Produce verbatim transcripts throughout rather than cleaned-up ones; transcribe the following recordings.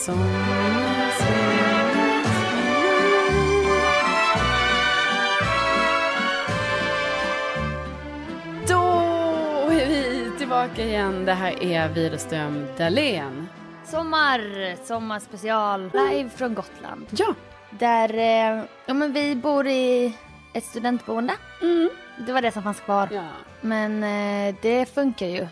Sommar, sommar, sommar. Då är vi tillbaka igen. Det här är Widerström Dahlén. Sommar, sommarspecial live från Gotland. Ja. Där, eh, ja men vi bor i ett studentboende. Mm. Det var det som fanns kvar. Ja. Men eh, det funkar ju.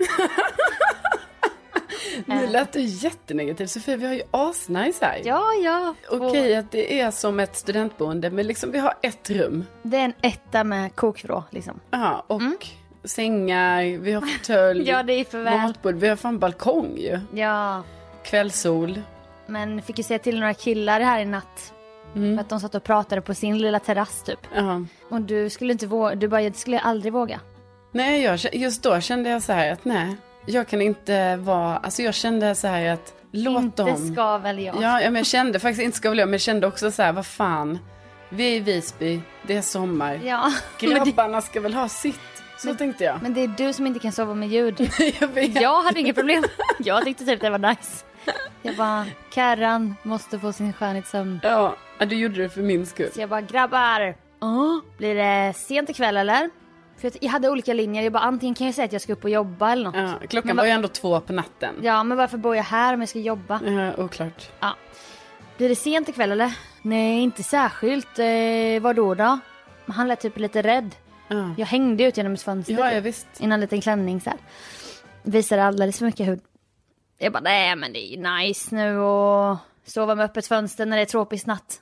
Nu lät du jättenegativ, Sofie. Vi har ju asnice här. Ja, ja. Okej, okay, att det är som ett studentboende, men liksom vi har ett rum. Det är en etta med kokvrå, liksom. Ja, och mm. sängar, vi har fåtölj. Ja, det är för väl. Matbord, vi har fan balkong ju. Ja. Kvällssol. Men fick ju se till några killar här i natt. Mm. För att de satt och pratade på sin lilla terrass typ. Uh-huh. Och du skulle inte våga, du bara, jag skulle aldrig våga. Nej, jag, just då kände jag så här att nej, jag kan inte vara, alltså jag kände så här att låt inte dem. Inte ska väl jag. Ja, men jag kände faktiskt inte ska väl jag, men jag kände också så här, vad fan, vi är i Visby, det är sommar. Ja. Grabbarna ska väl ha sitt. Så men, tänkte jag. Men det är du som inte kan sova med ljud. jag vet. Jag hade inga problem. Jag tyckte typ det var nice. Jag bara, Kärran måste få sin skönhetssömn. Ja, du gjorde det för min skull. Så jag bara, grabbar, oh, blir det sent ikväll eller? För jag hade olika linjer. Jag bara, antingen kan jag säga att jag ska upp och jobba eller något. Ja, klockan men var ju ändå två på natten. Ja, men varför bor jag här om jag ska jobba? Ja, oklart. Ja. Blir det sent ikväll eller? Nej, inte särskilt. Eh, vad då då? Han lät typ lite rädd. Ja. Jag hängde ut genom ett fönster. Ja, jag visst. Innan en liten klänning så här. Visade alldeles för mycket hud. Jag bara, nej men det är ju nice nu och sova med öppet fönster när det är tropisk natt.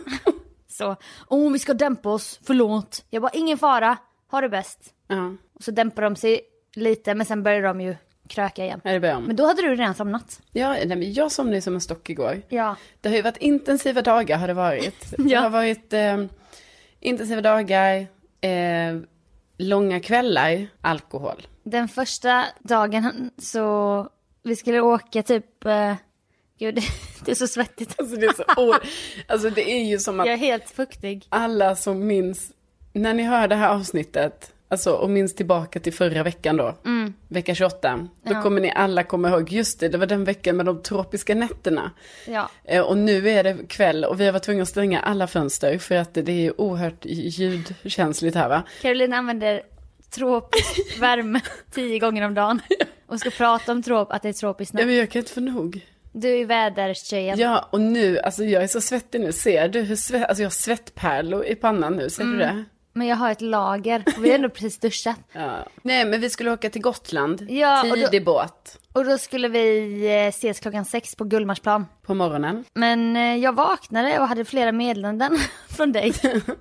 Så, åh vi ska dämpa oss, förlåt. Jag bara, ingen fara, ha det bäst. Ja. Och så dämpar de sig lite, men sen börjar de ju kröka igen. Ja, det börjar de. Men då hade du redan somnat. Ja, nej, men jag somnade som en stock igår. Ja. Det har ju varit intensiva dagar har det varit. Ja. Det har varit eh, intensiva dagar, eh, långa kvällar, alkohol. Den första dagen så... Vi skulle åka typ... Uh, gud, det, det är så svettigt. Alltså det är så oh, alltså det är ju som att... Jag är helt fuktig. Alla som minns... När ni hör det här avsnittet... Alltså och minns tillbaka till förra veckan då. Mm. Vecka tjugoåtta. Då ja. kommer ni alla komma ihåg. Just det, det var den veckan med de tropiska nätterna. Ja. Eh, och nu är det kväll. Och vi har varit tvungna att stänga alla fönster. För att det, det är ju oerhört ljudkänsligt här va. Caroline använder tropisk värme tio gånger om dagen. Och ska prata om trop, att det är tropiskt nu. Ja, men jag kan inte få nog. Du är väderstjejen. Ja, och nu, alltså jag är så svettig nu. Ser du hur svett, alltså jag har svettpärlor i pannan nu, ser mm. du det? Men jag har ett lager, och vi har ändå precis duschat. Ja. Nej, men vi skulle åka till Gotland, ja, tidig då, båt. Och då skulle vi ses klockan sex på Gullmarsplan. På morgonen. Men eh, jag vaknade och hade flera meddelanden från dig.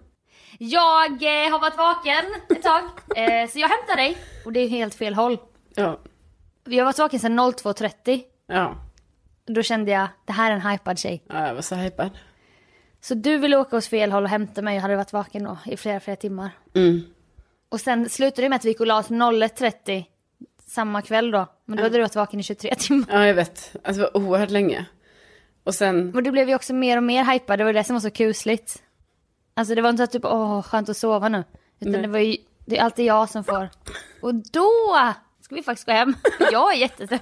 Jag eh, har varit vaken ett tag, eh, så jag hämtar dig. Och det är helt fel håll. Ja. Jag har varit vaken sedan två trettio. Ja. Då kände jag, det här är en hypad tjej. Ja, jag var så hypad. Så du ville åka hos fel håll och hämta mig och hade varit vaken då i flera, flera timmar. Mm. Och sen slutade det med att vi gick och la oss ett trettio samma kväll då. Men då ja. hade du varit vaken i tjugotre timmar. Ja, jag vet. Alltså det var oerhört länge. Och sen... Och det blev ju också mer och mer hypad. Det var det som var så kusligt. Alltså det var inte så typ, åh, skönt att sova nu. Utan Nej. det var ju, det är alltid jag som får. Och då ska vi faktiskt gå hem. Jag är jättetrött.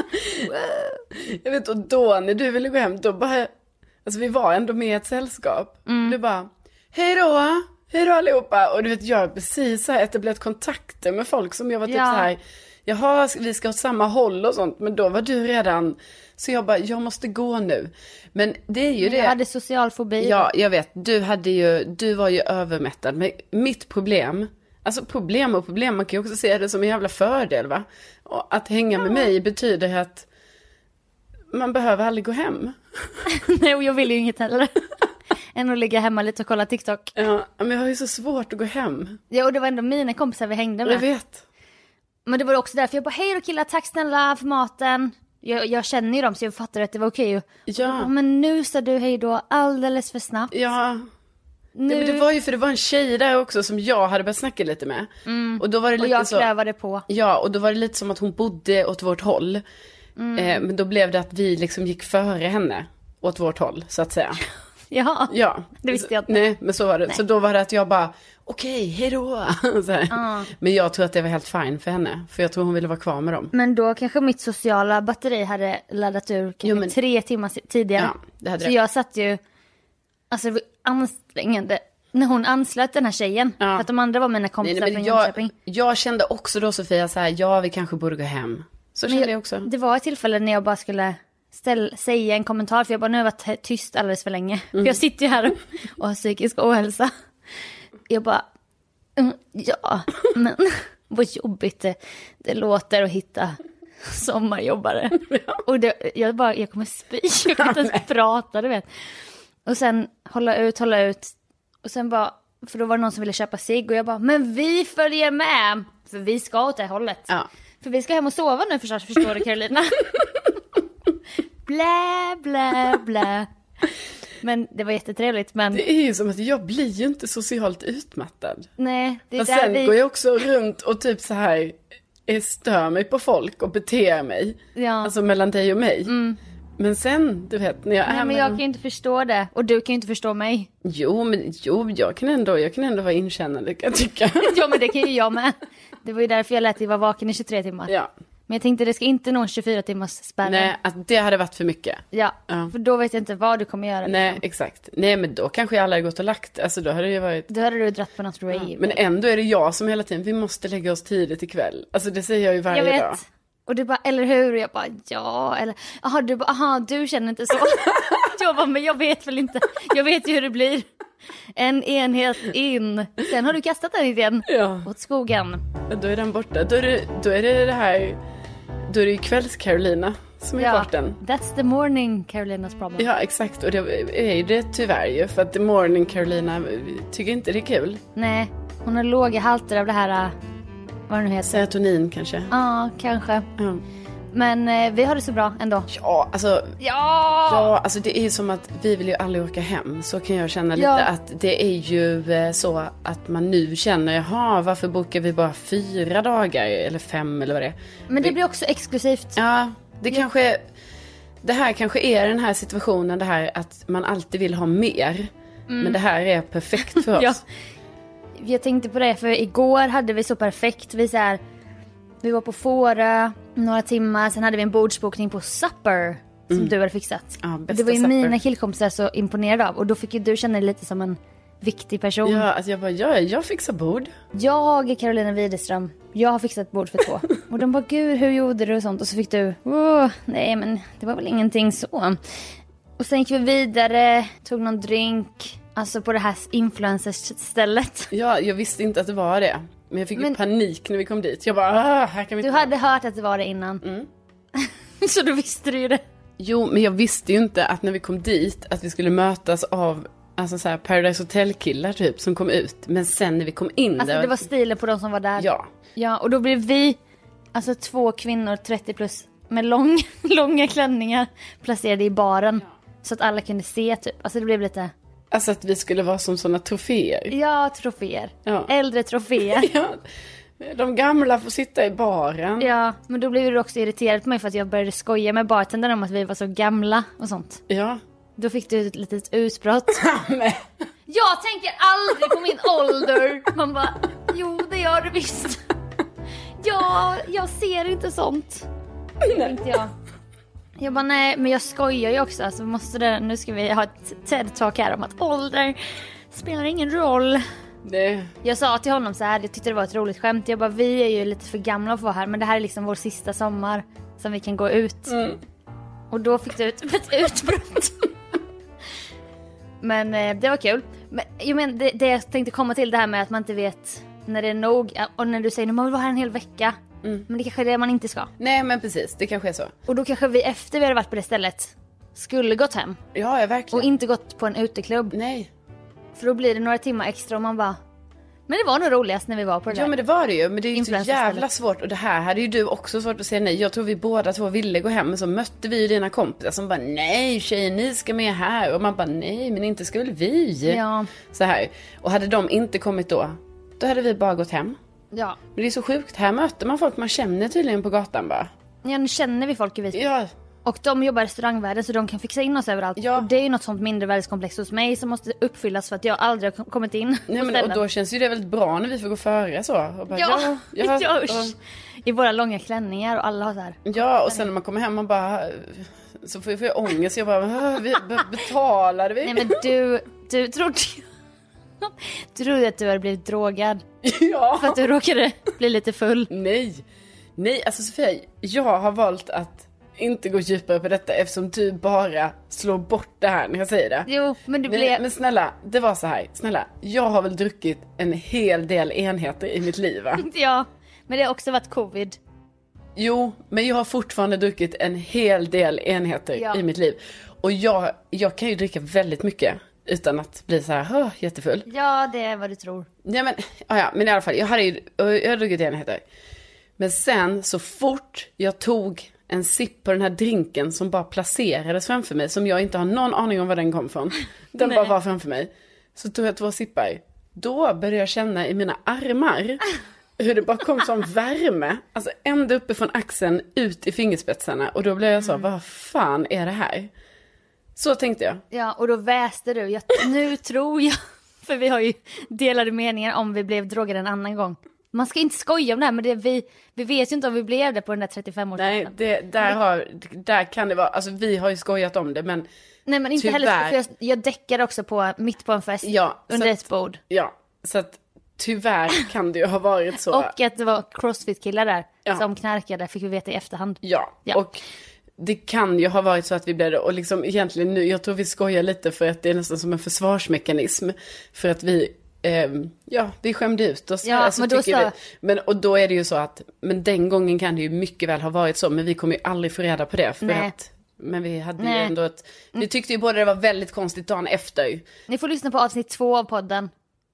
Jag vet, och då när du ville gå hem, då bara... Alltså vi var ändå med i ett sällskap. Mm. Du bara, hej då, hej då allihopa. Och du vet, jag har precis så här etablerat kontakter med folk som jag var typ ja. så här... Jaha, vi ska åt samma håll och sånt. Men då var du redan... Så jag bara, jag måste gå nu. Men det är ju men det... Jag hade social fobi. Ja, jag vet. Du hade ju... Du var ju övermättad. Men mitt problem... Alltså problem och problem. Man kan ju också se det som en jävla fördel, va? Och att hänga med mig betyder att... Man behöver aldrig gå hem. Nej, och jag vill ju inget heller. Än att ligga hemma lite och kolla TikTok. Ja, men jag har ju så svårt att gå hem. Ja, och det var ändå mina kompisar vi hängde med. Jag vet. Men det var också därför jag bara, hej då killar, tack snälla för maten. Jag, jag känner ju dem så jag fattar att det var okej. Ja. Men nu sa du hej då alldeles för snabbt. Ja. Nu... Ja, men det var ju för det var en tjej där också som jag hade börjat snacka lite med. Mm. Och då var det lite och jag så... klövade på. Ja, och då var det lite som att hon bodde åt vårt håll. Mm. Eh, men då blev det att vi liksom gick före henne åt vårt håll, så att säga. Ja, ja, det visste jag inte. Nej, men så var det. Nej. Så då var det att jag bara, okej, hejdå. Så här. Ja. Men jag tror att det var helt fine för henne. För jag tror hon ville vara kvar med dem. Men då kanske mitt sociala batteri hade laddat ur kanske Jo, men- tre timmar tidigare. Ja, det hade Så det. jag satt ju, alltså det var ansträngande. När hon anslöt den här tjejen. Ja. För att de andra var mina Nej, kompisar nej, från men jag, Jönköping. jag kände också då, Sofia, så här, ja, vi kanske borde gå hem. Så Men kände jag också. Det var ett tillfälle när jag bara skulle ställ, säga en kommentar. För jag bara, nu har jag varit tyst alldeles för länge. Mm. För jag sitter ju här och, och har psykisk ohälsa. Jag bara, mm, ja, men vad jobbigt det, det låter att hitta sommarjobbare. Och det, jag bara, jag kommer spy. Jag kan inte ens prata, du vet. Och sen hålla ut, hålla ut. Och sen bara, för då var det någon som ville köpa cigg. Och jag bara, men vi följer med. För vi ska åt det hållet. Ja. För vi ska hem och sova nu förstås, förstår du Carolina? blä, blä, blä. Men det var jättetrevligt, men Det är ju som att jag blir ju inte socialt utmattad. nej, det är Fast där sen vi... går jag också runt och typ så här eh, stör mig på folk och beter mig. Ja. Alltså mellan dig och mig. Men sen, du vet, när jag är Nej, men med jag dem- kan ju inte förstå det. Och du kan ju inte förstå mig. Jo, men jo, jag kan ändå, jag kan ändå vara inkännande, kan jag tycka. Ja, men det kan ju jag med. Det var ju därför jag lät dig vara vaken i tjugotre timmar. Ja. Men jag tänkte det ska inte nå en tjugofyra timmars spärr. Nej, att det hade varit för mycket. Ja, Ja. för då vet jag inte vad du kommer göra. Nej, liksom. exakt. Nej, men då kanske jag alla hade gått och lagt. Alltså då hade det ju varit... Då hade du dratt på något rave. Men ändå är det jag som hela tiden, vi måste lägga oss tidigt ikväll. Alltså det säger jag ju varje jag vet. dag. Och du bara, eller hur? Och jag bara, ja. Eller, aha, du bara, aha, du känner inte så. Jag bara, men jag vet väl inte. Jag vet ju hur det blir. En enhet in. Sen har du kastat den igen. Ja. Åt skogen. Då är den borta. Då är det, då är det det här, då är det ju kvälls-Carolina som är Ja, farten. that's the morning Carolinas problem. Ja, exakt. Och det är ju det tyvärr ju. För att The Morning Carolina tycker inte det är kul. Nej, hon har låga halter av det här, vad det nu heter. Serotonin kanske. Ja, kanske. Ja. Men eh, vi har det så bra ändå. Ja, alltså, Ja! ja, alltså det är ju som att vi vill ju aldrig åka hem. Så kan jag känna lite Ja. att det är ju eh, så att man nu känner, jaha, varför bokar vi bara fyra dagar eller fem eller vad det är. Men det vi, blir också exklusivt. Ja, det kanske, det här kanske är den här situationen, det här att man alltid vill ha mer. Men det här är perfekt för oss. Ja. Jag tänkte på det, för igår hade vi så perfekt. Vi, så här, vi var på Fårö några timmar, sen hade vi en bordsbokning på Supper som du hade fixat. Ja, Och bästa det var ju Supper. mina killkompisar så imponerade av. Och då fick ju du känna dig lite som en viktig person. Ja, alltså jag bara, ja, jag fixar bord. Jag är Carolina Widerström. Jag har fixat bord för två. Och de bara, gud, hur gjorde du och sånt? Och så fick du, åh, nej men det var väl ingenting så. Och sen gick vi vidare, tog någon drink. Alltså på det här influencers-stället. Ja, jag visste inte att det var det. Men jag fick ju Men- panik när vi kom dit. Jag bara, ah, här kan vi Du inte hade hört att det var det innan. Mm. Så då visste du ju det. Jo, men jag visste ju inte att när vi kom dit att vi skulle mötas av alltså så här Paradise Hotel-killar typ som kom ut. Men sen när vi kom in Alltså där... det var stilen på de som var där. Ja. Ja, och då blev vi, alltså två kvinnor, trettio plus, med lång, långa klänningar placerade i baren. Så att alla kunde se typ. Alltså det blev lite, Alltså att vi skulle vara som såna troféer. ja, troféer. Ja. Äldre troféer. Ja. De gamla får sitta i baren. Ja, men då blev du också irriterad på mig för att jag började skoja med bartendern om att vi var så gamla och sånt. Ja. Då fick du ett litet utbrott. Men, Jag tänker aldrig på min ålder. Man bara, jo det gör du visst. Ja, jag ser inte sånt. Tänkte jag. Jag bara, nej, men jag skojar ju också. Alltså måste det, nu ska vi ha ett TED-talk här om att ålder spelar ingen roll. det, Jag sa till honom så här, jag tyckte det var ett roligt skämt. Jag bara, vi är ju lite för gamla för att vara här. Men det här är liksom vår sista sommar som vi kan gå ut. mm. Och då fick du ett, ett utbrott. Men eh, det var kul. Men, jag men, det, det jag tänkte komma till det här med att man inte vet när det är nog. Och när du säger att man vill vara här en hel vecka. Mm. Men det kanske är det man inte ska. Nej, men precis. Det kanske är så. Och då kanske vi efter vi hade varit på det stället skulle gått hem. Ja, ja Och verkligen. inte gått på en uteklubb. Nej. För då blir det några timmar extra och man bara... Men det var nog roligast när vi var på det Ja, där. men det var det ju. Men det är ju så Influencerstället. jävla svårt. Och det här hade ju du också svårt att säga nej. Jag tror vi båda två ville gå hem. Men så mötte vi ju dina kompisar som bara, nej tjejer, ni ska med här. Och man bara, nej men inte skulle vi. Ja. Så här. Och hade de inte kommit då, då hade vi bara gått hem. Ja. Men det är så sjukt. Här möter man folk man känner tydligen på gatan bara. Ja, nu känner vi folk i Visby. Ja, Och de jobbar i restaurangvärlden så de kan fixa in oss överallt. Ja. Och det är ju något sånt mindre världskomplex hos mig som måste uppfyllas för att jag aldrig har kommit in. Nej, men, och då känns ju det väldigt bra när vi får gå före så. Och bara, Ja, ja, ja, ja, och, usch. I våra långa klänningar och alla har så här. ja, och sen när man kommer hem och bara... Så får jag, får jag ångest. Jag bara, vi, betalade vi? Nej men du, du trodde ju... Du trodde att du hade blivit drogad. Ja. För att du råkade bli lite full. Nej. Nej, alltså Sofia, jag har valt att inte gå djupare på detta eftersom du bara slår bort det här när jag säger det. Jo, men du Men, blev... men snälla, det var så här. Snälla, jag har väl druckit en hel del enheter i mitt liv, va? Ja, men det har också varit covid. Jo, men jag har fortfarande druckit en hel del enheter Ja. i mitt liv. Och jag, jag kan ju dricka väldigt mycket utan att bli så här, jättefull. Ja, det är vad du tror. Ja, men, ja, ja, men i alla fall, jag hade ju jag hade druckit enheter. Men sen så fort jag tog en sipp på den här drinken som bara placerades framför mig, som jag inte har någon aning om var den kom från. Den bara var framför mig. Så tog jag två sippar. Då började jag känna i mina armar hur det bara kom som värme. Alltså ända uppe från axeln ut i fingerspetsarna. Och då blev jag så, vad fan är det här? Så tänkte jag. Ja, och då väste du. Jag, nu tror jag, för vi har ju delade meningar om vi blev drogade en annan gång. Man ska inte skoja om det här, men det, vi, vi vet ju inte om vi blev det på den där trettiofem års. Nej, det, där, har, där kan det vara, alltså vi har ju skojat om det, men Nej, men inte tyvärr. heller, för jag, jag däckade också på mitt på en fest Ja, under så ett bord. Ja, så att tyvärr kan det ju ha varit så. Och att det var crossfit-killar där Ja. som knarkade, fick vi veta i efterhand. Ja, Ja. och det kan ju ha varit så att vi blev det. Och liksom egentligen nu, jag tror vi skojar lite för att det är nästan som en försvarsmekanism. För att vi, ehm, ja, vi skämde ut oss. Ja, Alltså, men då tycker så- vi, men, och då är det ju så att, men den gången kan det ju mycket väl ha varit så. Men vi kommer ju aldrig få reda på det. För Nej. att, men vi hade Nej. ju ändå ett, vi tyckte ju båda det var väldigt konstigt dagen efter. Ni får lyssna på avsnitt två av podden.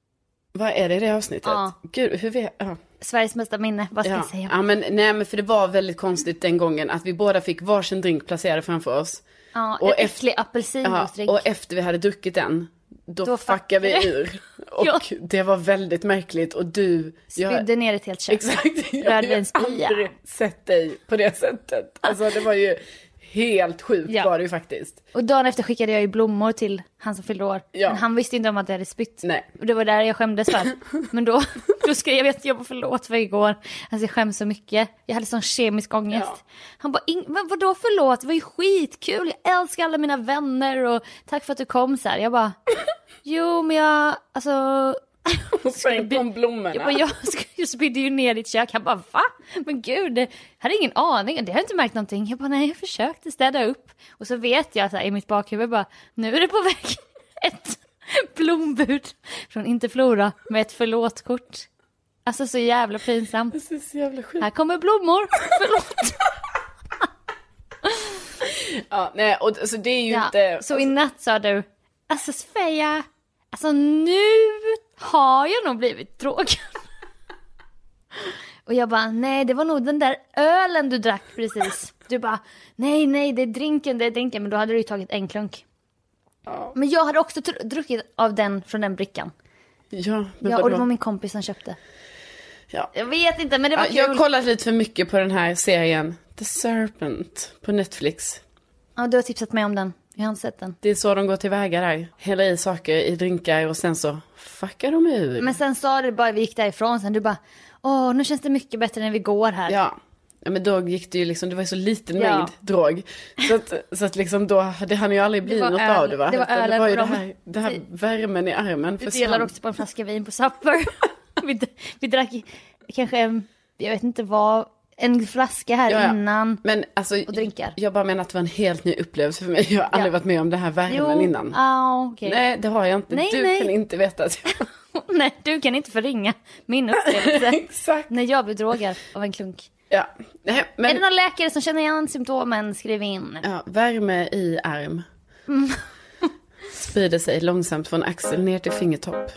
Vad är det i det avsnittet? Ja. Gud, hur vet ja. Sveriges mesta minne, vad ska Ja. jag säga? ja, men nej, men för det var väldigt konstigt den gången att vi båda fick varsin drink placerad framför oss. Ja, Och en efter- äcklig Ja, apelsinjuicedrink. och efter vi hade druckit den, då, Då fuckade vi fuckade ur. Och Ja. det var väldigt märkligt. Och du... Spydde ner ett helt kök. Exakt. Jag har Rödvinsspya. aldrig sett dig på det sättet. Alltså det var ju helt sjukt Ja. var det ju faktiskt. Och dagen efter skickade jag ju blommor till han som fyllde år. Ja. Men han visste inte om att jag hade spytt. Nej. Och det var där jag skämdes för. Men då, då skrev jag, vet jag var förlåt för igår. Alltså jag skäms så mycket. Jag hade sån kemisk ångest. Ja. Han bara, "In- men vadå förlåt? Det var ju skitkul. Jag älskar alla mina vänner och tack för att du kom så här." Jag bara, jo men jag, alltså... Och sen kom blommorna. Jag, bara, jag, sk- jag spydde ju ner ditt kök. Han bara, va? Men gud, det, jag hade ingen aning. Det har inte märkt någonting. Jag bara, nej, jag försökte städa upp. Och så vet jag så här, i mitt bakhuvud bara, nu är det på väg ett blombud från Interflora med ett förlåtkort. Alltså så jävla pinsamt. Det är så jävla sjukt. Här kommer blommor, förlåt. Ja, nej, och så det är ju Ja, inte... så i natt sa du, alltså Sveja, alltså nu har jag nog blivit drogad. Och jag bara, nej det var nog den där ölen du drack precis. Du bara, nej nej det är drinken, det är drinken. Men då hade du ju tagit en klunk. Ja, Men jag hade också tr- druckit av den från den brickan. ja men Ja, och det vadå? var min kompis som köpte. Ja. Jag vet inte, men det var Ja, kul. jag har kollat lite för mycket på den här serien The Serpent på Netflix. Ja, du har tipsat mig om den. Jag har inte sett den. Det är så de går tillväga där. Häller i saker i drinkar och sen så fuckar de ur. Men sen sa du bara, vi gick därifrån sen, du bara, åh nu känns det mycket bättre när vi går här. Ja. Ja, men då gick det ju liksom, det var ju så liten Ja. mängd drog. Så att, så att liksom då, det hann ju aldrig bli var något öl. av det va? Det var Utan det ölen var ju det på här, det här värmen i armen Vi försvann. delar också på en flaska vin på Supper. vi, vi drack kanske, en- jag vet inte vad, en flaska här Ja, ja. innan. Men alltså, Och drinkar. jag bara menar att det var en helt ny upplevelse för mig. Jag har aldrig varit med om det här värmen innan. ah, okej. Nej, det har jag inte. Nej, du nej. kan inte veta att jag... Nej, du kan inte förringa min upplevelse Exakt. när jag blir drogad av en klunk. Ja. Nej, men... Är det någon läkare som känner igen symptomen, skriv in. Ja, värme i arm. Sprider sig långsamt från axel ner till fingertopp.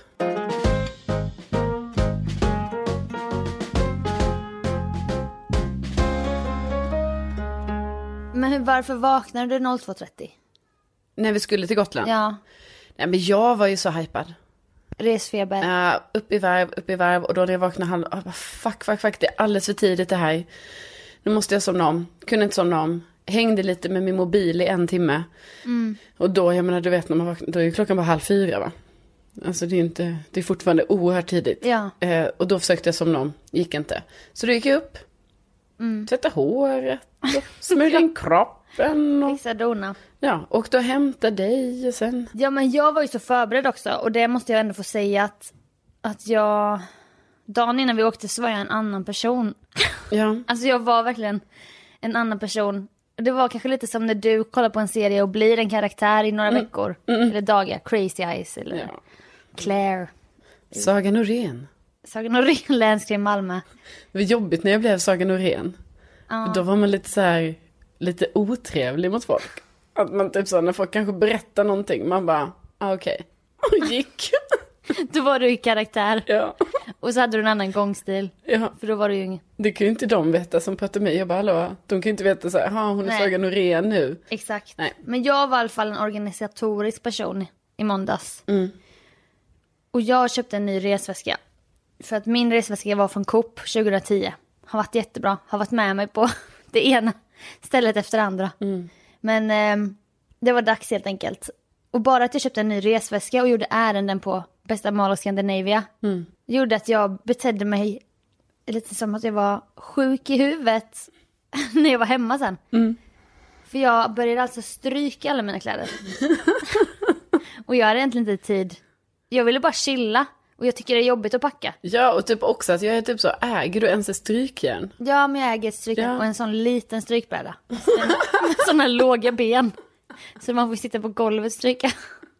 Men hur, varför vaknade du två trettio? När vi skulle till Gotland. Ja, Nej, men jag var ju så hypad. resfeber. Uh, upp i varv, upp i varv. Och då när jag vaknade han, uh, fuck, fuck, fuck. Det är alldeles för tidigt det här. Nu måste jag somna om. Kunde inte somna om. Hängde lite med min mobil i en timme. Mm. Och då, jag menar, du vet, när man vaknar, då är ju klockan bara halv fyra, va? Alltså det är inte, det är fortfarande oerhört tidigt. Ja. Eh, och då försökte jag somna om, gick inte. Så då gick jag upp, Mm. tvätta håret, och smörja in kroppen. Och, Fixa dona. ja, och då hämta dig och sen... Ja, men jag var ju så förberedd också. Och det måste jag ändå få säga att, att jag... Dagen innan vi åkte så var jag en annan person. Ja. Alltså jag var verkligen en annan person. Det var kanske lite som när du kollar på en serie och blir en karaktär i några Mm. veckor. Mm. Eller dagar. Crazy Eyes eller Ja. Claire. Saga Norén. Saga Norén, länskrim Malmö. Det var jobbigt när jag blev Saga Norén. Ja. Då var man lite så här, lite otrevlig mot folk. Att man typ så, när folk kanske berättar någonting, man bara, ah, okej. Okay. Och gick. Då var du i karaktär. Ja. Och så hade du en annan gångstil. Ja. För då var du ju ingen. Det kan ju inte de veta som pratar med mig. Jag bara, hallå, de kan ju inte veta så här, ja, hon är Nej. Saga Norén nu. Exakt. Nej. Men jag var i alla fall en organisatorisk person i måndags. Mm. Och jag köpte en ny resväska. För att min resväska var från Coop tjugohundratio. Har varit jättebra. Har varit med mig på det ena stället efter det andra. Mm. Men eh, det var dags helt enkelt. Och bara att jag köpte en ny resväska och gjorde ärenden på Bästa Mall of Scandinavia. Mm. Gjorde att jag betedde mig lite som att jag var sjuk i huvudet när jag var hemma sen. Mm. För jag började alltså stryka alla mina kläder. Och jag hade egentligen inte tid. Jag ville bara chilla. Och jag tycker det är jobbigt att packa. Ja, och typ också att jag är typ så, äger du ens ett strykjärn? Ja, men jag äger ett strykjärn Ja. och en sån liten strykbräda. Med såna låga ben. Så man får sitta på golvet och stryka.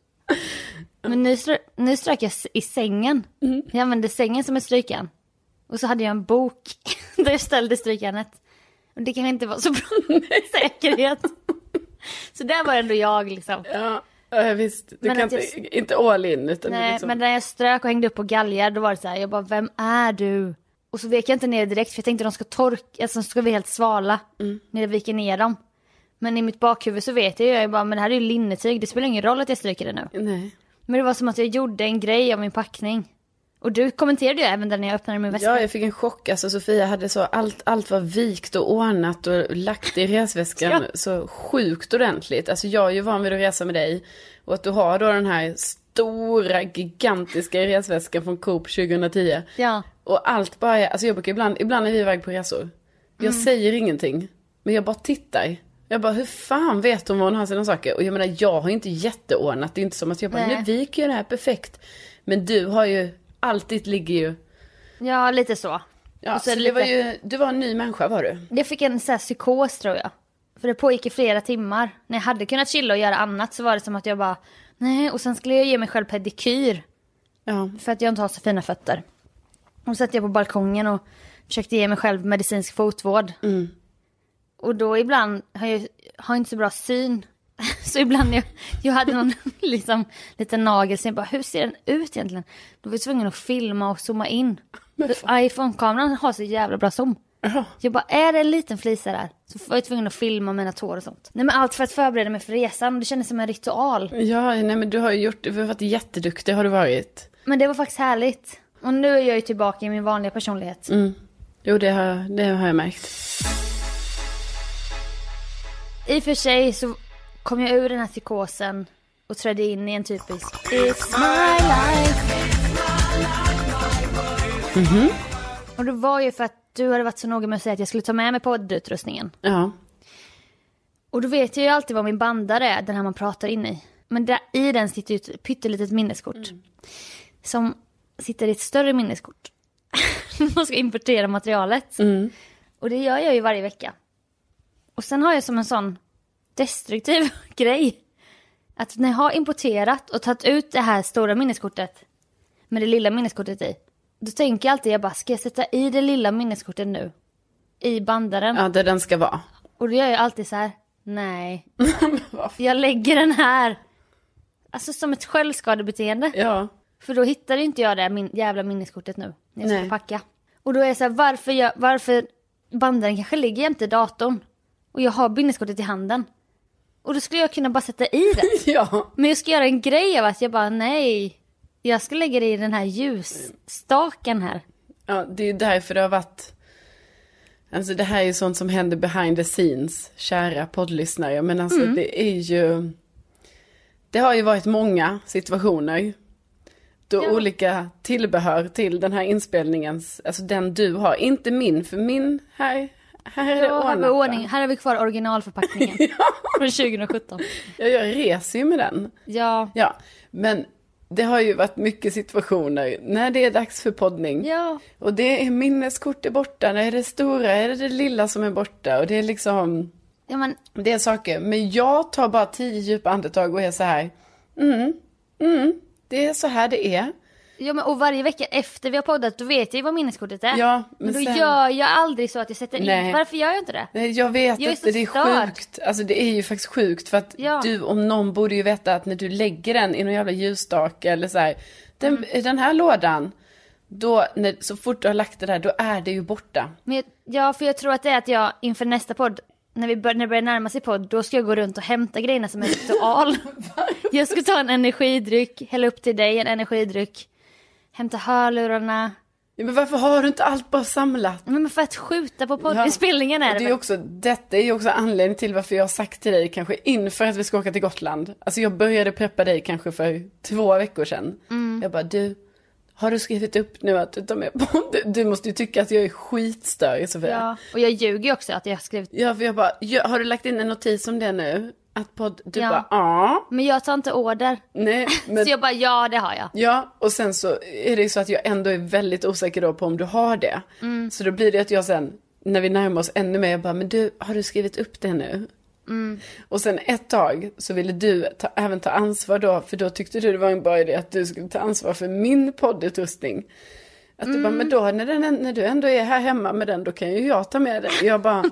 Men nu, strö, nu strök jag s- i sängen. Mm. Jag använde sängen som ett strykjärn. Och så hade jag en bok där jag ställde strykjärnet. Och det kan inte vara så bra säkerhet. Så där var ändå jag liksom. Ja, ja visst. Du Men kan att inte, jag- inte all in, utan Nej, liksom... men när jag strök och hängde upp på galgar, då var det så här, jag bara, vem är du? Och så vek jag inte ner direkt, för jag tänkte att de ska torka, alltså de ska bli helt svala Mm. när jag viker ner dem. Men i mitt bakhuvud så vet jag ju, jag bara, men det här är ju linnetyg, det spelar ingen roll att jag stryker det nu. Nej. Men det var som att jag gjorde en grej av min packning. Och du kommenterade ju även där när jag öppnade min väska. Ja, jag fick en chock. Alltså Sofia hade så, allt, allt var vikt och ordnat och lagt i resväskan Ja. så sjukt ordentligt. Alltså jag är ju van vid att resa med dig. Och att du har då den här stora, gigantiska resväskan från Coop tjugohundratio. Ja. Och allt bara är, alltså jag brukar ibland, ibland är vi iväg på resor. Jag Mm. säger ingenting, men jag bara tittar. Jag bara, hur fan vet hon var hon har sina saker? Och jag menar, jag har inte jätteordnat. Det är inte som att jag bara, Nej. nu viker jag det här perfekt. Men du har ju, allt ditt ligger ju... Ja, lite så. Ja, Och så så det lite- var ju, du var en ny människa, var du? Jag fick en så här psykos tror jag. För det pågick i flera timmar. När jag hade kunnat chilla och göra annat så var det som att jag bara, nej, och sen skulle jag ge mig själv pedikyr. Ja. För att jag inte har så fina fötter. Och så satt jag på balkongen och försökte ge mig själv medicinsk fotvård. Mm. Och då ibland har jag har inte så bra syn. Så ibland jag, jag hade någon liksom, liten nagel. Så jag bara, hur ser den ut egentligen? Då var jag tvungen att filma och zooma in. För iPhone-kameran har så jävla bra zoom. Jaha. Jag bara, är det en liten flisa där? Så var jag tvungen att filma mina tår och sånt. Nej, men allt för att förbereda mig för resan. Det kändes som en ritual. Ja, nej men du har ju gjort, du har varit jätteduktig, har du varit. Men det var faktiskt härligt. Och nu är jag ju tillbaka i min vanliga personlighet. Mm. Jo, det har, det har jag märkt. I och för sig så kom jag ur den här psykosen och trädde in i en typisk It's my life. Mhm. Och det var ju för att du hade varit så noga med att säga att jag skulle ta med mig poddutrustningen. Ja. Och då vet jag ju alltid vad min bandare är, den här man pratar in i. Men där, i den sitter ju ett pyttelitet minneskort. Mm. Som sitter i ett större minneskort. Man ska importera materialet. Mm. Och det gör jag ju varje vecka. Och sen har jag som en sån destruktiv grej. Att när jag har importerat och tagit ut det här stora minneskortet med det lilla minneskortet i. Då tänker jag alltid, jag bara, ska jag sätta i det lilla minneskortet nu? I bandaren. Ja, där den ska vara. Och då gör jag alltid så här, nej. Jag lägger den här. Alltså som ett självskadebeteende. Ja. För då hittar inte jag det här min, jävla minneskortet nu. När jag ska Nej. packa. Och då är jag så här, varför, jag, varför bandaren kanske ligger jämte datorn. Och jag har minneskortet i handen. Och då skulle jag kunna bara sätta i det. Ja. Men jag ska göra en grej av att jag bara, nej. Jag ska lägga det i den här ljusstaken här. Ja, det är ju därför det har varit... Alltså det här är ju sånt som händer behind the scenes, kära poddlyssnare. Men alltså mm. det är ju... Det har ju varit många situationer då ja. olika tillbehör till den här inspelningens, alltså den du har, inte min, för min här, här är ja, det ordnat. Här, ordning. Här har vi kvar originalförpackningen ja. från tjugo sjutton. Ja, jag reser ju med den. Ja. Ja, men det har ju varit mycket situationer när det är dags för poddning. Ja. Och det är minneskort är borta, när är det stora, är det det lilla som är borta. Och det är liksom, ja, men... det är saker. Men jag tar bara tio djupa andetag och är så här, mm, mm. Det är så här det är. Ja, men och varje vecka efter vi har poddat, då vet jag ju vad minneskortet är. Ja, men, men då sen... gör jag aldrig så att jag sätter Nej. in. Varför gör jag inte det? Nej, jag vet jag inte, är det är störd. Sjukt. Alltså det är ju faktiskt sjukt. För att ja. du om någon borde ju veta att när du lägger den i någon jävla ljusstake eller så här. Den, mm. den här lådan, då, när, så fort du har lagt det där, då är det ju borta. Men jag, ja, för jag tror att det är att jag inför nästa podd, när, vi bör, när det börjar närma sig podd, då ska jag gå runt och hämta grejerna som en ritual. Jag ska ta en energidryck, hälla upp till dig en energidryck, hämta hörlurarna. Ja, men varför har du inte allt bara samlat? Men för att skjuta på poddinspelningen är det. Det är också, detta är ju också anledningen till varför jag har sagt till dig kanske inför att vi ska åka till Gotland. Alltså jag började preppa dig kanske för två veckor sedan. Mm. Jag bara, du, har du skrivit upp nu att du tar med på? Du, du måste ju tycka att jag är skitstörig, Sofia. Ja, och jag ljuger också att jag har skrivit. Ja, för jag bara, har du lagt in en notis om det nu? Att podd, du ja. bara, ja. Men jag tar inte order. Nej, men... Så jag bara, ja det har jag. Ja, och sen så är det ju så att jag ändå är väldigt osäker då på om du har det. Mm. Så då blir det att jag sen, när vi närmar oss ännu mer, jag bara, men du, har du skrivit upp det nu? Mm. Och sen ett tag så ville du ta, även ta ansvar då, för då tyckte du det var en bra idé att du skulle ta ansvar för min poddutrustning. Att du mm. bara, men då när, den, när du ändå är här hemma med den, då kan ju jag ta med den. Jag bara,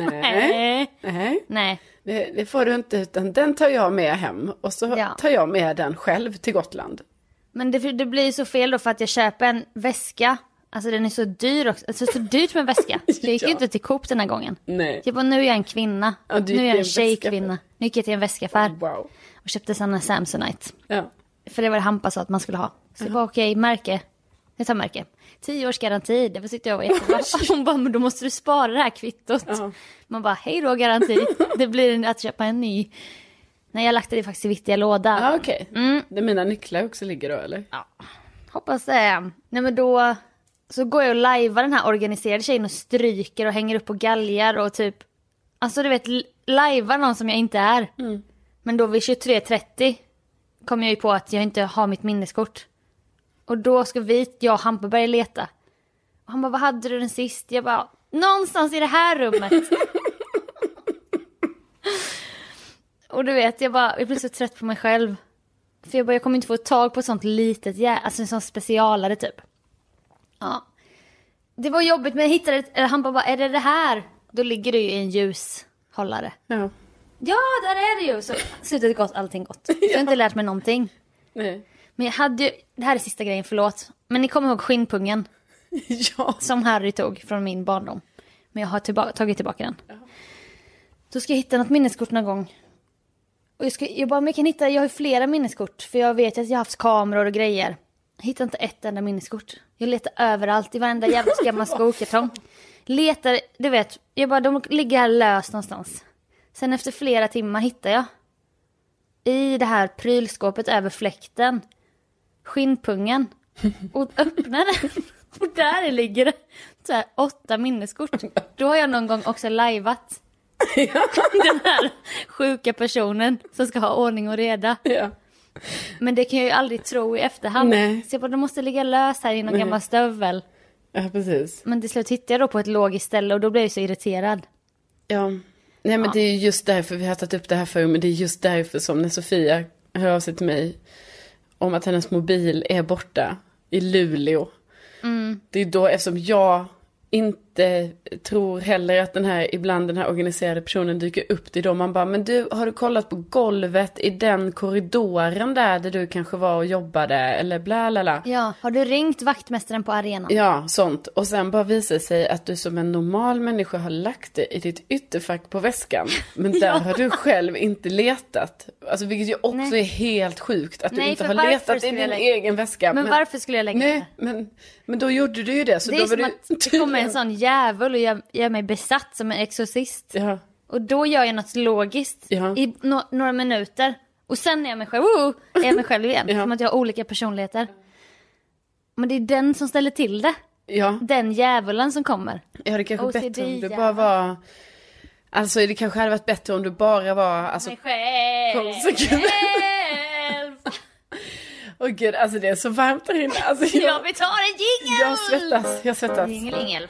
nej, nej, nej. Det, det får du inte, utan den tar jag med hem. Och så ja. tar jag med den själv till Gotland. Men det, det blir så fel då för att jag köper en väska. Alltså den är så dyr också. Alltså så dyrt med en väska. Så jag gick ju ja. inte till Coop den här gången. Nej. Jag bara, nu är jag en kvinna. Ja, nu är jag en tjejkvinna. Nu gick jag till en väskaffär. Oh, wow. Och köpte sådana Samsonite. Ja. För det var det Hampa sa att man skulle ha. Så jag bara, okej, okay, märke. Jag tar märke. Tio års garanti. Det var tyckte jag var jättebra. Hon bara, men då måste du spara det här kvittot. Uh-huh. Man bara, hej då garanti. Det blir att köpa en ny. Nej, jag lagt det faktiskt i viktiga låda. Ja, ah, okej. Okay. Mm. Det mina nycklar också ligger då, eller? Ja, hoppas det. Nej, men då så går jag och lajvar den här organiserade tjejen och stryker och hänger upp på galgar och typ, alltså du vet, lajvar någon som jag inte är. Mm. Men då vid tjugotre trettio kom jag ju på att jag inte har mitt minneskort. Och då ska vi, jag och Hampa börja leta. Och han bara, vad hade du den sist? Jag bara, någonstans i det här rummet. Och du vet, jag bara, jag blir så trött på mig själv. För jag bara, jag kommer inte få tag på ett sånt litet, ja, alltså en sån specialare typ. Ja. Det var jobbigt, men jag hittade ett, han bara, är det det här? Då ligger det ju i en ljushållare. Ja. Ja, där är det ju. Så slutet gott, allting gott. Jag har inte lärt mig någonting. Nej. Men jag hade ju, det här är sista grejen, förlåt. Men ni kommer ihåg skinnpungen? Ja. Som Harry tog från min barndom. Men jag har tillba- tagit tillbaka den. Ja. Då ska jag hitta något minneskort någon gång. Och jag, ska, jag bara, men jag kan hitta, jag har flera minneskort. För jag vet att jag har haft kameror och grejer. Jag hittar inte ett enda minneskort. Jag letar överallt, i varenda jävla gamla skokartong. Letar, du vet, jag bara, de ligger här löst någonstans. Sen efter flera timmar hittar jag. I det här prylskåpet över fläkten. Skinnpungen. Och öppnar den. Och där ligger det så här åtta minneskort. Då har jag någon gång också lajvat. Den här sjuka personen som ska ha ordning och reda. Ja. Men det kan jag ju aldrig tro i efterhand. Nej. Så jag bara, de måste ligga lös här i någon gammal stövel. Ja, precis. Men till slut hittade jag då på ett logiskt ställe och då blev jag så irriterad. Ja. Nej, men ja. Det är just därför vi har tagit upp det här för, men det är just därför som när Sofia hör av sig till mig om att hennes mobil är borta i Luleå. Mm. Det är då, eftersom jag inte tror heller att den här, ibland den här organiserade personen dyker upp. Det är då man bara, men du, har du kollat på golvet i den korridoren där där du kanske var och jobbade eller bla bla bla. Ja, har du ringt vaktmästaren på arenan? Ja, sånt. Och sen bara visar sig att du som en normal människa har lagt det i ditt ytterfack på väskan. Men där ja. har du själv inte letat. Alltså vilket ju också Nej. är helt sjukt att Nej, du inte har letat i din egen väska. Men, men varför skulle jag lägga Nej, det? Men, men då gjorde du ju det. Så det då är var som du att det kommer en sån djävul och gör, gör mig besatt som en exorcist. Ja. Och då gör jag något logiskt Ja. i no- några minuter. Och sen är jag mig själv, oh, är jag mig själv igen. Ja. Som att jag har olika personligheter. Men det är den som ställer till det. Ja. Den djävulen som kommer. Ja, det kanske O C D, bättre om du ja. bara var... Alltså det kanske hade varit bättre om du bara var... Alltså, Mig själv. konsekvent. Åh gud, alltså det är så varmt där inne. Alltså, Jag vill ta en jingel! jag svettas, jag svettas. Jingel, jingel.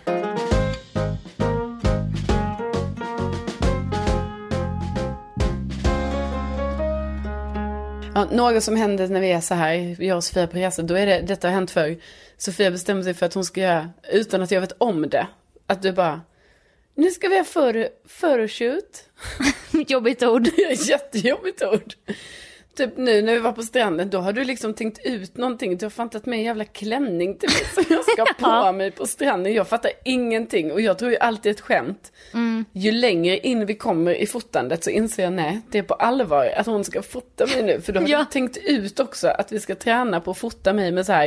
Ja, något som händer när vi är så här, jag och Sofia på resa, då är det, detta har hänt för Sofia bestämmer sig för att hon ska göra, utan att jag vet om det, att du bara, nu ska vi ha för, photoshoot. Jobbigt ord. Jättejobbigt ord. Typ nu när vi var på stranden, då har du liksom tänkt ut någonting. Du har fattat mig en jävla klänning till mig som jag ska ha på Ja. mig på stranden. Jag fattar ingenting och jag tror ju alltid ett skämt. Mm. Ju längre in vi kommer i fotandet så inser jag, nej, det är på allvar att hon ska fota mig nu. För då har Ja. du tänkt ut också att vi ska träna på att fota mig med så här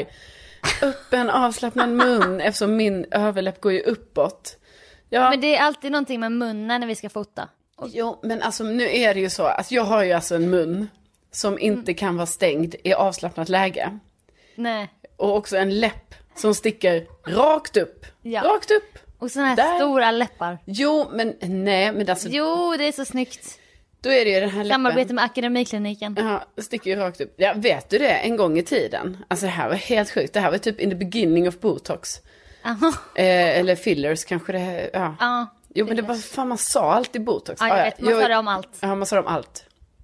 öppen, avslappnad mun, eftersom min överläpp går ju uppåt. Ja. Men det är alltid någonting med munnen när vi ska fota. Jo, men alltså nu är det ju så att jag har ju alltså en mun som inte kan vara stängd i avslappnat läge. Nej. Och också en läpp som sticker rakt upp. Ja. Rakt upp. Och såna här Där. stora läppar. Jo, men nej, men alltså Jo, det är så snyggt. då är det ju den här läppen. Samarbete med Akademikliniken. Ja, sticker ju rakt upp. Ja, vet du det? En gång i tiden. Alltså det här var helt sjukt. Det här var typ in the beginning of Botox. Aha. Eh, eller fillers kanske det, ja. Ja. Jo, men det var fan, man sa alltid Botox. Ja, jag Ja, vet. Man sa det om allt. Ja, man sa det om allt.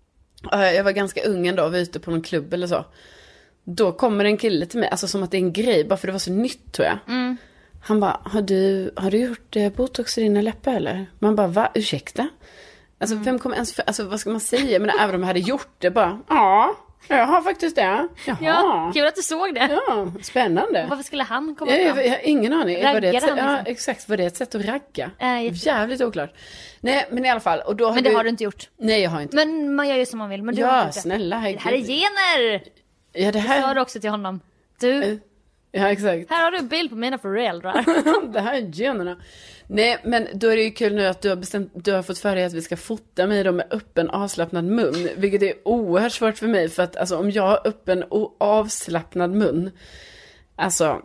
Ja, jag var ganska ung ändå och var ute på någon klubb eller så. Då kommer en kille till mig, alltså som att det är en grej, bara för det var så nytt tror jag. Mm. Han bara, har du, har du gjort eh, Botox i dina läppar eller? Man bara, va? Ursäkta? Alltså Mm. vem kommer ens, för, alltså vad ska man säga? Men även om jag hade gjort det, bara, ja, jag har faktiskt det. Jaha. Ja, kul att du såg det. Ja, spännande. Varför skulle han komma Jag, fram? jag, jag har ingen aning. Var det ett Raggade sätt, han ja, liksom? exakt. Var det ett sätt att ragga? Äh, jätte- Jävligt oklart. Nej, men i alla fall. Och då Men det vi... har du inte gjort. Nej, jag har inte. Men man gör ju som man vill. Men du har Ja, inte gjort det. snälla. Det här är gener! Ja, det Jag sa här... det också till honom. Du, Ja, exakt. här har du en bild på mina föräldrar. Det här är generna. Nej, men då är det ju kul nu att du har bestämt, du har fått för dig att vi ska fota mig då med öppen avslappnad mun. Vilket är oerhört svårt för mig. För att alltså, om jag har öppen och avslappnad mun. Alltså,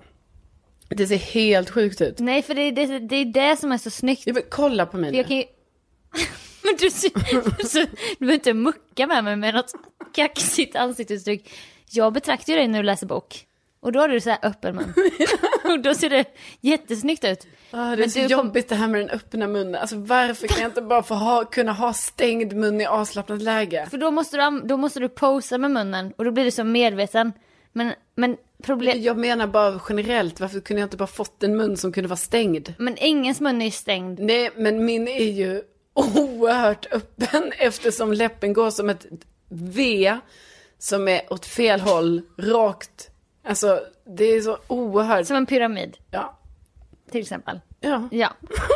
det ser helt sjukt ut. Nej, för det är det, det är det som är så snyggt. Jag vill kolla på mig För nu. jag kan ju... Men du, ser- så, du behöver inte mucka med mig med något kaxigt ansiktsuttryck. Jag betraktar ju dig när du läser bok. Och då har du så här öppen mun. Och då ser det jättesnyggt ut. Ah, det är Men så du kom- jobbigt det här med den öppna munnen. Alltså varför kan jag inte bara få ha, kunna ha stängd mun i avslappnat läge? För då måste, du, am- då måste du posa med munnen. Och då blir du så medveten. Men, men, problem, Jag menar bara generellt, varför kunde jag inte bara fått en mun som kunde vara stängd? men ingens mun är ju stängd. Nej, men min är ju oerhört öppen eftersom läppen går som ett V som är åt fel håll, rakt. Alltså, det är så oerhört. Som en pyramid, Ja. till exempel. Ja. Ja.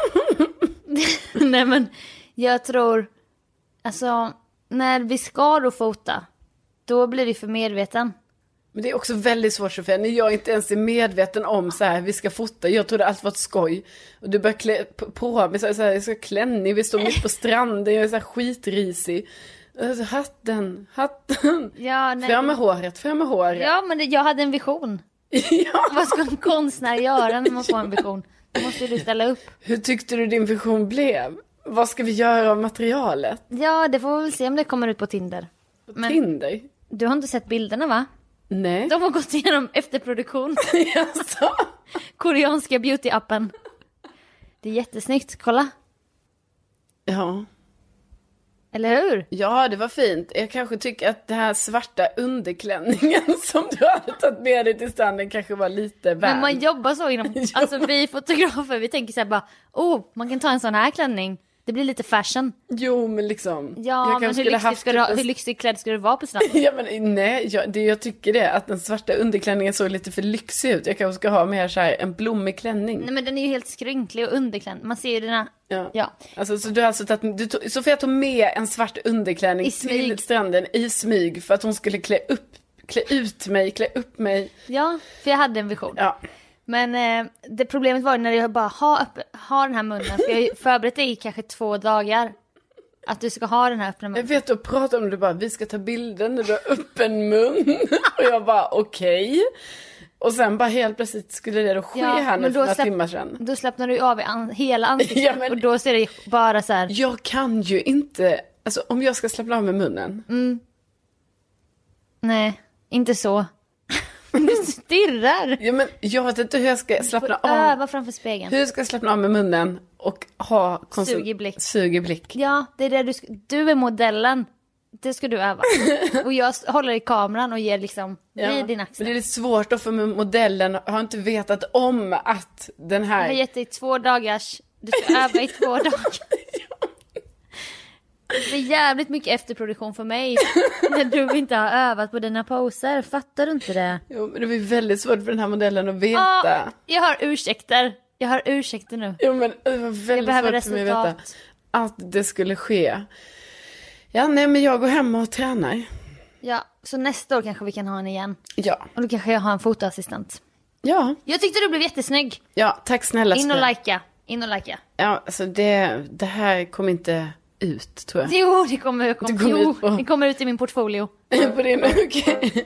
Nej, men jag tror... Alltså, när vi ska då fota, då blir det för medveten. Men det är också väldigt svårt, Sofia, när jag inte ens är medveten om så här, vi ska fota. Jag trodde allt var ett skoj. Och du börjar klä på- på mig så här, så här, jag ska klänning, vi står mitt på stranden, jag är så här skitrisig. Alltså, hatten, hatten. Ja, nej. Fram med håret, fram med håret. Ja, men det, jag hade en vision. Ja. Vad ska en konstnär göra när man får en vision? Då måste du ställa upp. Hur tyckte du din vision blev? Vad ska vi göra av materialet? Ja, det får vi väl se om det kommer ut på Tinder. Men Tinder? du har inte sett bilderna, va? Nej. De har gått igenom efterproduktion. Jaså? Koreanska beauty-appen. Det är jättesnyggt, kolla. Ja. Eller hur? Ja, det var fint. Jag kanske tycker att det här svarta underklänningen som du hade tagit med dig till stranden kanske var lite värd. Men man jobbar så inom... Alltså vi fotografer, vi tänker så här bara... Oh, man kan ta en sån här klänning. Det blir lite fashion. Jo, men liksom. Ja, jag men hur skulle lyxigt, haft ska du ha, typ en- hur lyxigt klädd ska du vara på stranden? Ja, men nej, jag, det, jag tycker det. Att den svarta underklänningen såg lite för lyxig ut. Jag kanske ska ha mer så här en blommig klänning. Nej, men den är ju helt skrynklig och underklädd. Man ser ju dina... Ja. Ja. Alltså, så du har alltså tagit, du tog, Sofia tog med en svart underklänning I smyg. till stranden i smyg för att hon skulle klä upp, klä ut mig, klä upp mig. Ja, för jag hade en vision. Ja. Men eh, det problemet var när jag bara har, upp, har den här munnen. För jag har förberett det i kanske två dagar. Att du ska ha den här öppna munnen. Jag vet att prata om det bara, vi ska ta bilden när du har öppen mun. Och jag bara, okej. Okay. Och sen bara helt plötsligt skulle det då ske ja, här nu för några släpp, timmar sedan. Då släppnar du av i an, hela ansiktet. Ja, men, och då ser det bara så här. Jag kan ju inte, alltså om jag ska slappna av med munnen. Mm. Nej, inte så. Du stirrar. Ja, men jag vet inte hur jag ska slappna av. Öva framför spegeln. Hur ska jag slappna av med munnen och ha konsum- sugig blick. Sugig blick. Ja, det är det du ska, du är modellen. Det ska du öva. Och jag håller i kameran och ger liksom ja, vid din axel. Men det är lite svårt då, för modellen har inte vetat om att den här... Jag har gett dig två dagars... Du ska öva i två dagar. Ja. Det är jävligt mycket efterproduktion för mig. När du inte har övat på dina poser. Fattar du inte det? Jo, men det blir väldigt svårt för den här modellen att veta. Ja, jag har ursäkter. Jag har ursäkter nu. Jo, men det var väldigt svårt resultat. För mig att veta att det skulle ske. Ja, nej, men jag går hem och tränar. Ja, så nästa år kanske vi kan ha en igen. Ja. Och då kanske jag har en fotoassistent. Ja. Jag tyckte du blev jättesnygg. Ja, tack snälla. In och likea. In och likea. Ja, alltså det, det här kommer inte ut, tror jag. Jo, det kommer, kom, det kommer, jo, ut, på... det kommer ut i min portfolio. På din, okej. Okay.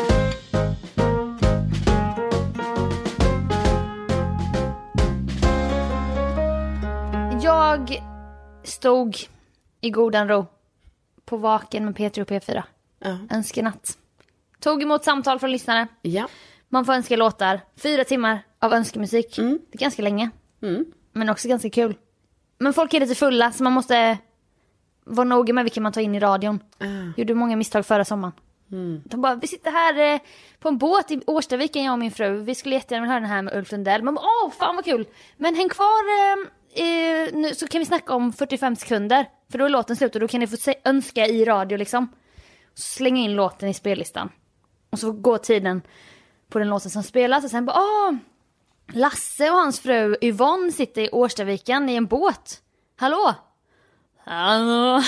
Jag stod i godan ro på Vaken med P tre och P fyra. Ja. Önskenatt. Tog emot samtal från lyssnare. Ja. Man får önska låtar. Fyra timmar av önskemusik. Mm. Det är ganska länge. Mm. Men också ganska kul. Men folk är lite fulla så man måste vara noga med vilka man tar in i radion. Uh. Gjorde många misstag förra sommaren. Mm. De bara, vi sitter här eh, på en båt i Årstaviken, jag och min fru. Vi skulle jättegärna vilja höra den här med Ulf Lundell. Man bara, åh fan vad kul. Men häng kvar eh, eh, nu, så kan vi snacka om fyrtiofem sekunder. För då är låten slut och då kan ni få se, önska i radio liksom. Så slänga in låten i spellistan. Och så går tiden på den låten som spelas. Och sen bara, åh, Lasse och hans fru Yvonne sitter i Årstaviken i en båt. Hallå? Hallå?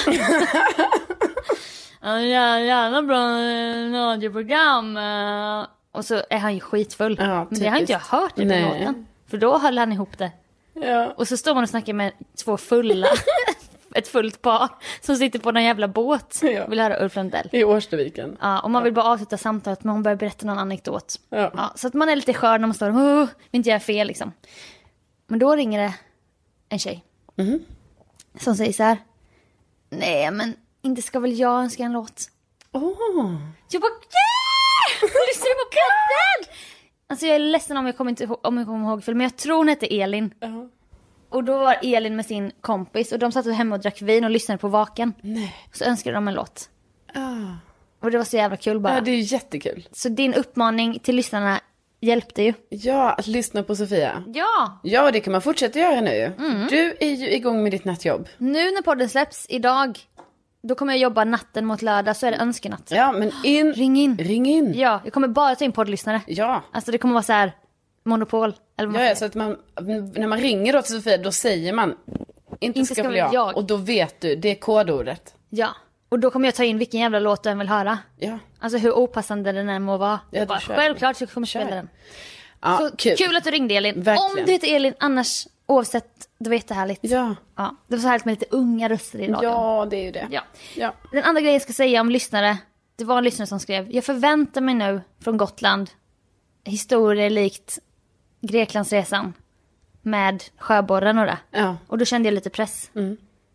Ja, jävla bra radioprogram. Och så är han ju skitfull. Ja, men det har inte jag hört i den låten. För då höll han ihop det. Ja. Och så står man och snackar med två fulla. Ett fullt par som sitter på någon jävla båt. Ja. Vill höra Ulf Lundell. I Årstaviken. Ja, och man vill bara avsluta samtalet men hon börjar berätta någon anekdot. Ja. Ja, så att man är lite skör när man står och oh, vill inte göra fel liksom. Men då ringer det en tjej. Mm. Som säger så här: nej men inte ska väl jag önska en låt. Åh. Oh. Jag bara, yeah! Lyssnar du på podden? Alltså jag är ledsen om jag kommer inte ihåg, om jag kommer ihåg fel, men jag tror hon hette Elin. Uh-huh. Och då var Elin med sin kompis och de satt hemma och drack vin och lyssnade på Vaken. Nej. Så önskade de en låt. Uh. Och det var så jävla kul bara. Ja, det är jättekul. Så din uppmaning till lyssnarna hjälpte ju. Ja, att lyssna på Sofia. Ja. Ja, det kan man fortsätta göra nu. Mm. Du är ju igång med ditt nattjobb. Nu när podden släpps idag, då kommer jag jobba natten mot lördag, så är det önskenatt. Ja, men in. Ring in. Ring in. Ja, jag kommer bara ta in poddlyssnare. Ja. Alltså det kommer vara så här monopol. Eller vad Ja, ja, så att man, när man ringer då till Sofia, då säger man inte, inte ska väl jag. jag. Och då vet du, det är kodordet. Ja, och då kommer jag ta in vilken jävla låt du än vill höra. Ja. Alltså hur opassande den än må vara. Ja, bara, självklart så kommer jag spela den. Ja, så kul. kul att du ringde Elin. Verkligen. Om du heter Elin, annars oavsett, det var jättehärligt. Ja. Ja. Det var så härligt med lite unga röster i radion. Ja, det är ju det. Ja. Ja. Den andra grejen jag ska säga om lyssnare, det var en lyssnare som skrev: jag förväntar mig nu från Gotland historier likt Greklandsresan med sjöborren och det. Ja. Och då kände jag lite press. Mm.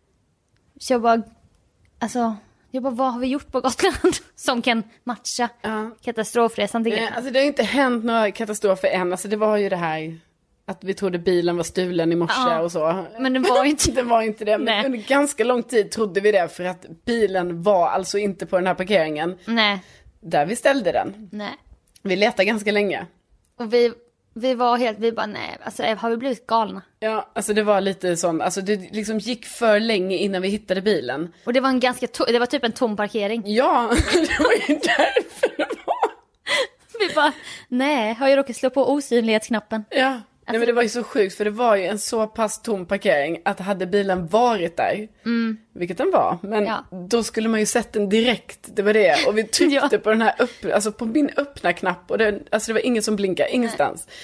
Så jag bara, alltså, jag bara, vad har vi gjort på Gotland som kan matcha Ja. katastrofresan till Nej, Grekland? alltså det har inte hänt några katastrofer än. Alltså det var ju det här att vi trodde bilen var stulen i morse Ja. och så. Men det var ju inte det. var inte det. Men Nej. under ganska lång tid trodde vi det, för att bilen var alltså inte på den här parkeringen. Nej, Där vi ställde den. nej. Vi letade ganska länge. Och vi, vi var helt, vi bara, nej, alltså har vi blivit galna? Ja, alltså det var lite sån, alltså det liksom gick för länge innan vi hittade bilen. Och det var en ganska, to- det var typ en tom parkering. Ja, det var ju därför det var. Vi bara, nej, har jag råkat slå på osynlighetsknappen? Ja, nej, men det var ju så sjukt, för det var ju en så pass tom parkering att hade bilen varit där, mm. vilket den var, men Ja. då skulle man ju sett den direkt, det var det. Och vi tryckte Ja. på den här upp, alltså på min öppna knapp, och det, alltså det var ingen som blinkade, ingenstans.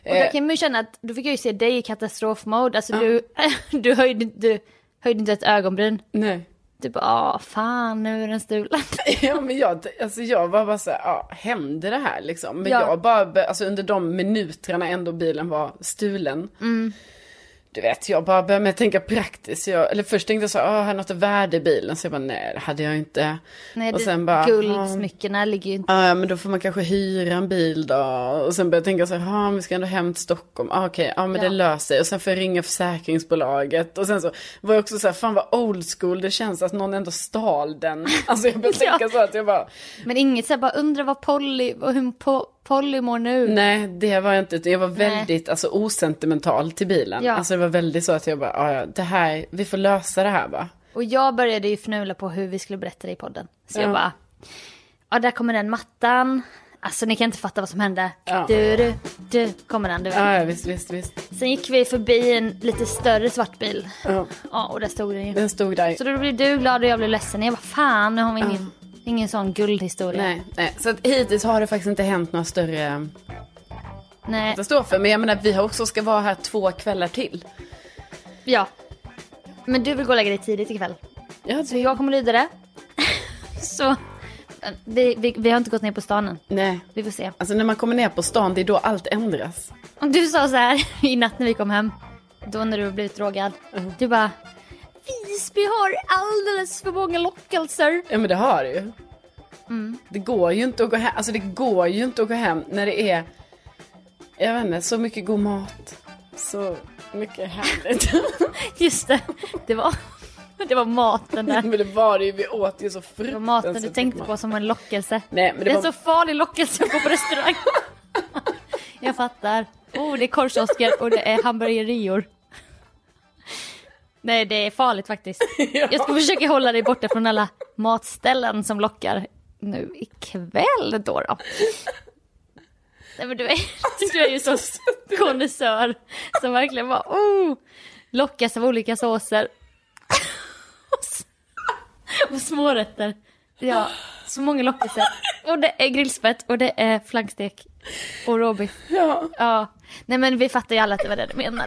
Och då kan man ju känna att då fick jag ju se dig i katastrofmode. Alltså ja. du, du, höjde, du höjde inte ett ögonbryn. Nej. Du bara, ah, fan, nu är den stulen. Ja, men jag, alltså jag var bara så här, ja, hände det här liksom? Men ja. jag bara, alltså under de minuterna ändå bilen var stulen. Mm. Du vet, jag bara började med att tänka praktiskt. Jag, eller först tänkte jag så, ah, har något av värde i bilen? Så jag bara, nej, det hade jag inte. Nej, och det, sen bara, guldsmyckena ah, ligger ju inte. Ja, ah, men då får man kanske hyra en bil då. Och sen började jag tänka så här, ah, vi ska ändå hem till Stockholm. Ah, okej, okay, ah, men ja. det löser sig. Och sen får jag ringa försäkringsbolaget. Och sen så var jag också så här, fan vad old school. Det känns att någon ändå stal den. Alltså jag började tänka ja. så att jag bara. Men inget så här, bara undra vad Polly, hur po- Polly mår nu. Nej, det var jag inte. Jag var väldigt alltså, osentimental till bilen. Ja. Alltså det var väldigt så att jag bara, ah, ja, det här, vi får lösa det här va. Och jag började ju fnula på hur vi skulle berätta det i podden. Så ja. jag bara, ja där kommer den mattan. Alltså ni kan inte fatta vad som hände. Ja. Du, du, du, kommer den, du vet. Ja, visst, visst, visst. Sen gick vi förbi en lite större svart bil. Ja. Ja, och där stod den ju. Den stod där. Så då blev du glad och jag blev ledsen. Jag bara, fan, nu har vi ingen, ja. ingen sån guldhistoria. Nej, nej. Så att hittills har det faktiskt inte hänt några större nej. katastrofer. Men jag menar, vi har också ska vara här två kvällar till. Ja. Men du vill gå och lägga dig tidigt ikväll. Ja, det... Så jag kommer lyda det. Så vi, vi, vi har inte gått ner på stan än. Nej. Vi får se. Alltså när man kommer ner på stan, det är då allt ändras. Om du sa så här i natt när vi kom hem, då när du blivit drogad. Uh-huh. Du bara, Visby har alldeles för många lockelser. Ja, men det har det ju. Mm. Det går ju inte att gå hem. Alltså det går ju inte att gå hem när det är, jag vet inte, så mycket god mat. Så mycket härligt. Just det, det var, det var maten där. Men det var det ju, vi åt ju så fruktansvärt. Det var maten du tänkte mat. på som en lockelse. Nej, men det, det är var... en så farlig lockelse att gå på restaurang. Jag fattar. Oh, det är korvkiosker och det är hamburgerior. Nej, det är farligt faktiskt. Ja. Jag ska försöka hålla dig borta från alla matställen som lockar nu ikväll då då. Nej, men du är, du är ju så kondensör som verkligen bara oh, lockas av olika såser. Och smårätter. Ja, så många lockelser. Och det är grillspett och det är flankstek och råbiff. Ja. Ja. Nej, men vi fattar ju alla att det var det du menade.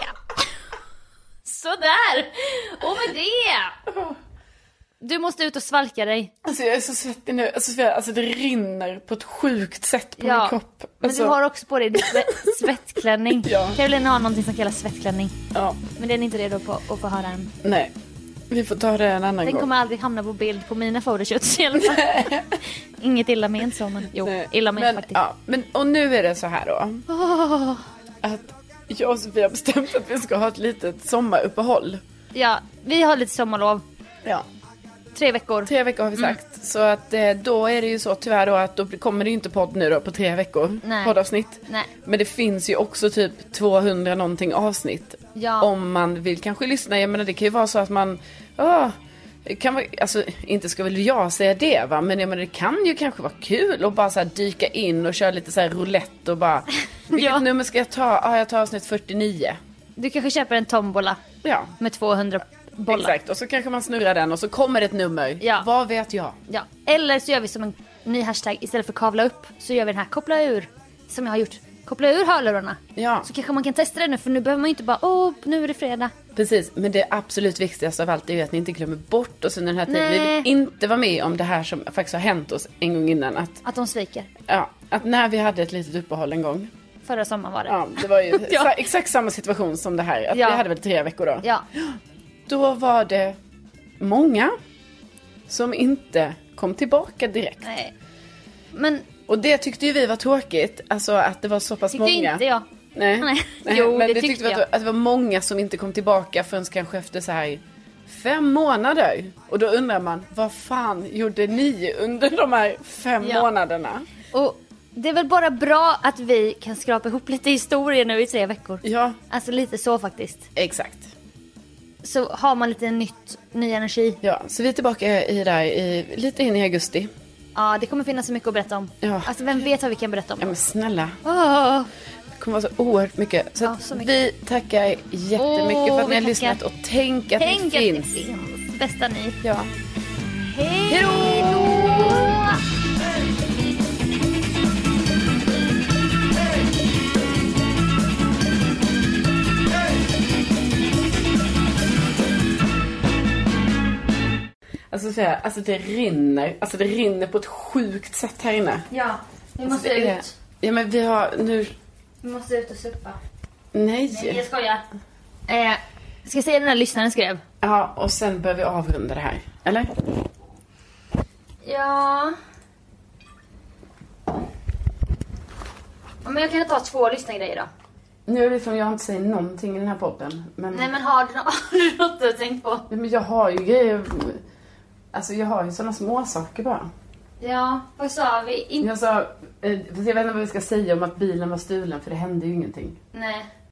Sådär. Och med det. Du måste ut och svalka dig. Alltså jag är så svettig nu. Alltså, alltså det rinner på ett sjukt sätt på ja, min kropp. Alltså... Men du har också på dig svett, svettklänning. Ja. Caroline har någonting som kallas svettklänning. Ja. Men den är inte redo på att få höra än. Nej. Vi får ta det en annan den gång. Den kommer aldrig hamna på bild på mina photoshoots i alla fall. Inget illa med så, men jo, Nej. illa med men, faktiskt. Ja, men, och nu är det så här då. Oh. Att jag och Sofia har bestämt att vi ska ha ett litet sommaruppehåll. Ja, vi har lite sommarlov. Ja. Tre veckor. Tre veckor har vi sagt. Mm. Så att eh, då är det ju så tyvärr då att då kommer det ju inte podd nu då på tre veckor. Nej. Poddavsnitt. Nej. Men det finns ju också typ tvåhundra någonting avsnitt. Ja. Om man vill kanske lyssna. Jag menar det kan ju vara så att man... Åh, kan vara, alltså inte ska väl jag säga det va. Men jag menar det kan ju kanske vara kul att bara så här dyka in och köra lite så här roulette och bara... Vilket ja. nummer ska jag ta? Ja, ah, jag tar avsnitt fyrtionio. Du kanske köper en tombola. Ja. Med tvåhundra bollar. Exakt, och så kanske man snurrar den och så kommer det ett nummer. Ja. Vad vet jag? Ja. Eller så gör vi som en ny hashtag. Istället för kavla upp så gör vi den här koppla ur. Som jag har gjort. Koppla ur hörlurarna. Ja. Så kanske man kan testa det nu. För nu behöver man ju inte bara, åh, nu är det fredag. Precis, men det absolut viktigaste av allt är ju att ni inte glömmer bort oss under den här tiden. Vi vill inte vara med om det här som faktiskt har hänt oss en gång innan. Att, att de sviker. Ja, att när vi hade ett litet uppehåll en gång. Förra sommaren var det. Ja, det var ju ja. exakt samma situation som det här. Att ja. vi hade väl tre veckor då. Ja. Då var det många som inte kom tillbaka direkt. Nej. Men... Och det tyckte ju vi var tråkigt. Alltså att det var så pass tyckte många. Tyckte inte jag. Nej. Nej. Nej. Jo, men det det tyckte tyckte vi jag. att, att det var många som inte kom tillbaka förrän kanske efter så här fem månader. Och då undrar man, vad fan gjorde ni under de här fem ja. månaderna? Och det är väl bara bra att vi kan skrapa ihop lite historier nu i tre veckor. Ja. Alltså lite så faktiskt. Exakt. Så har man lite nytt, ny energi. Ja, så vi är tillbaka i där i, lite in i augusti. Ja, det kommer finnas så mycket att berätta om. Ja. Alltså vem vet vad vi kan berätta om? Ja men snälla. Oh. Det kommer vara så oerhört mycket. Så, ja, så mycket. Vi tackar jättemycket oh, för att ni har tackar. lyssnat och tänk att tänk ni att finns. Det finns. Bästa ni. Ja. Hej då! säga, alltså det rinner. Alltså det rinner på ett sjukt sätt här inne. Ja, vi måste alltså, ut. Är, ja, men vi har nu... Vi måste ut och suppa. Nej. Nej, jag skojar. Eh, ska jag säga den här lyssnaren skrev? Ja, och sen börjar vi avrunda det här. Eller? Ja... Men jag kan ta två lyssnargrejer då. Nu är det som jag inte säger någonting i den här podden. Men... Nej, men har du, har du något du har tänkt på? Men jag har ju grejer... Alltså jag har ju sådana små saker bara. Ja, vad sa vi? In... Jag sa... Eh, jag vet inte vad vi ska säga om att bilen var stulen, för det hände ju ingenting. Nej.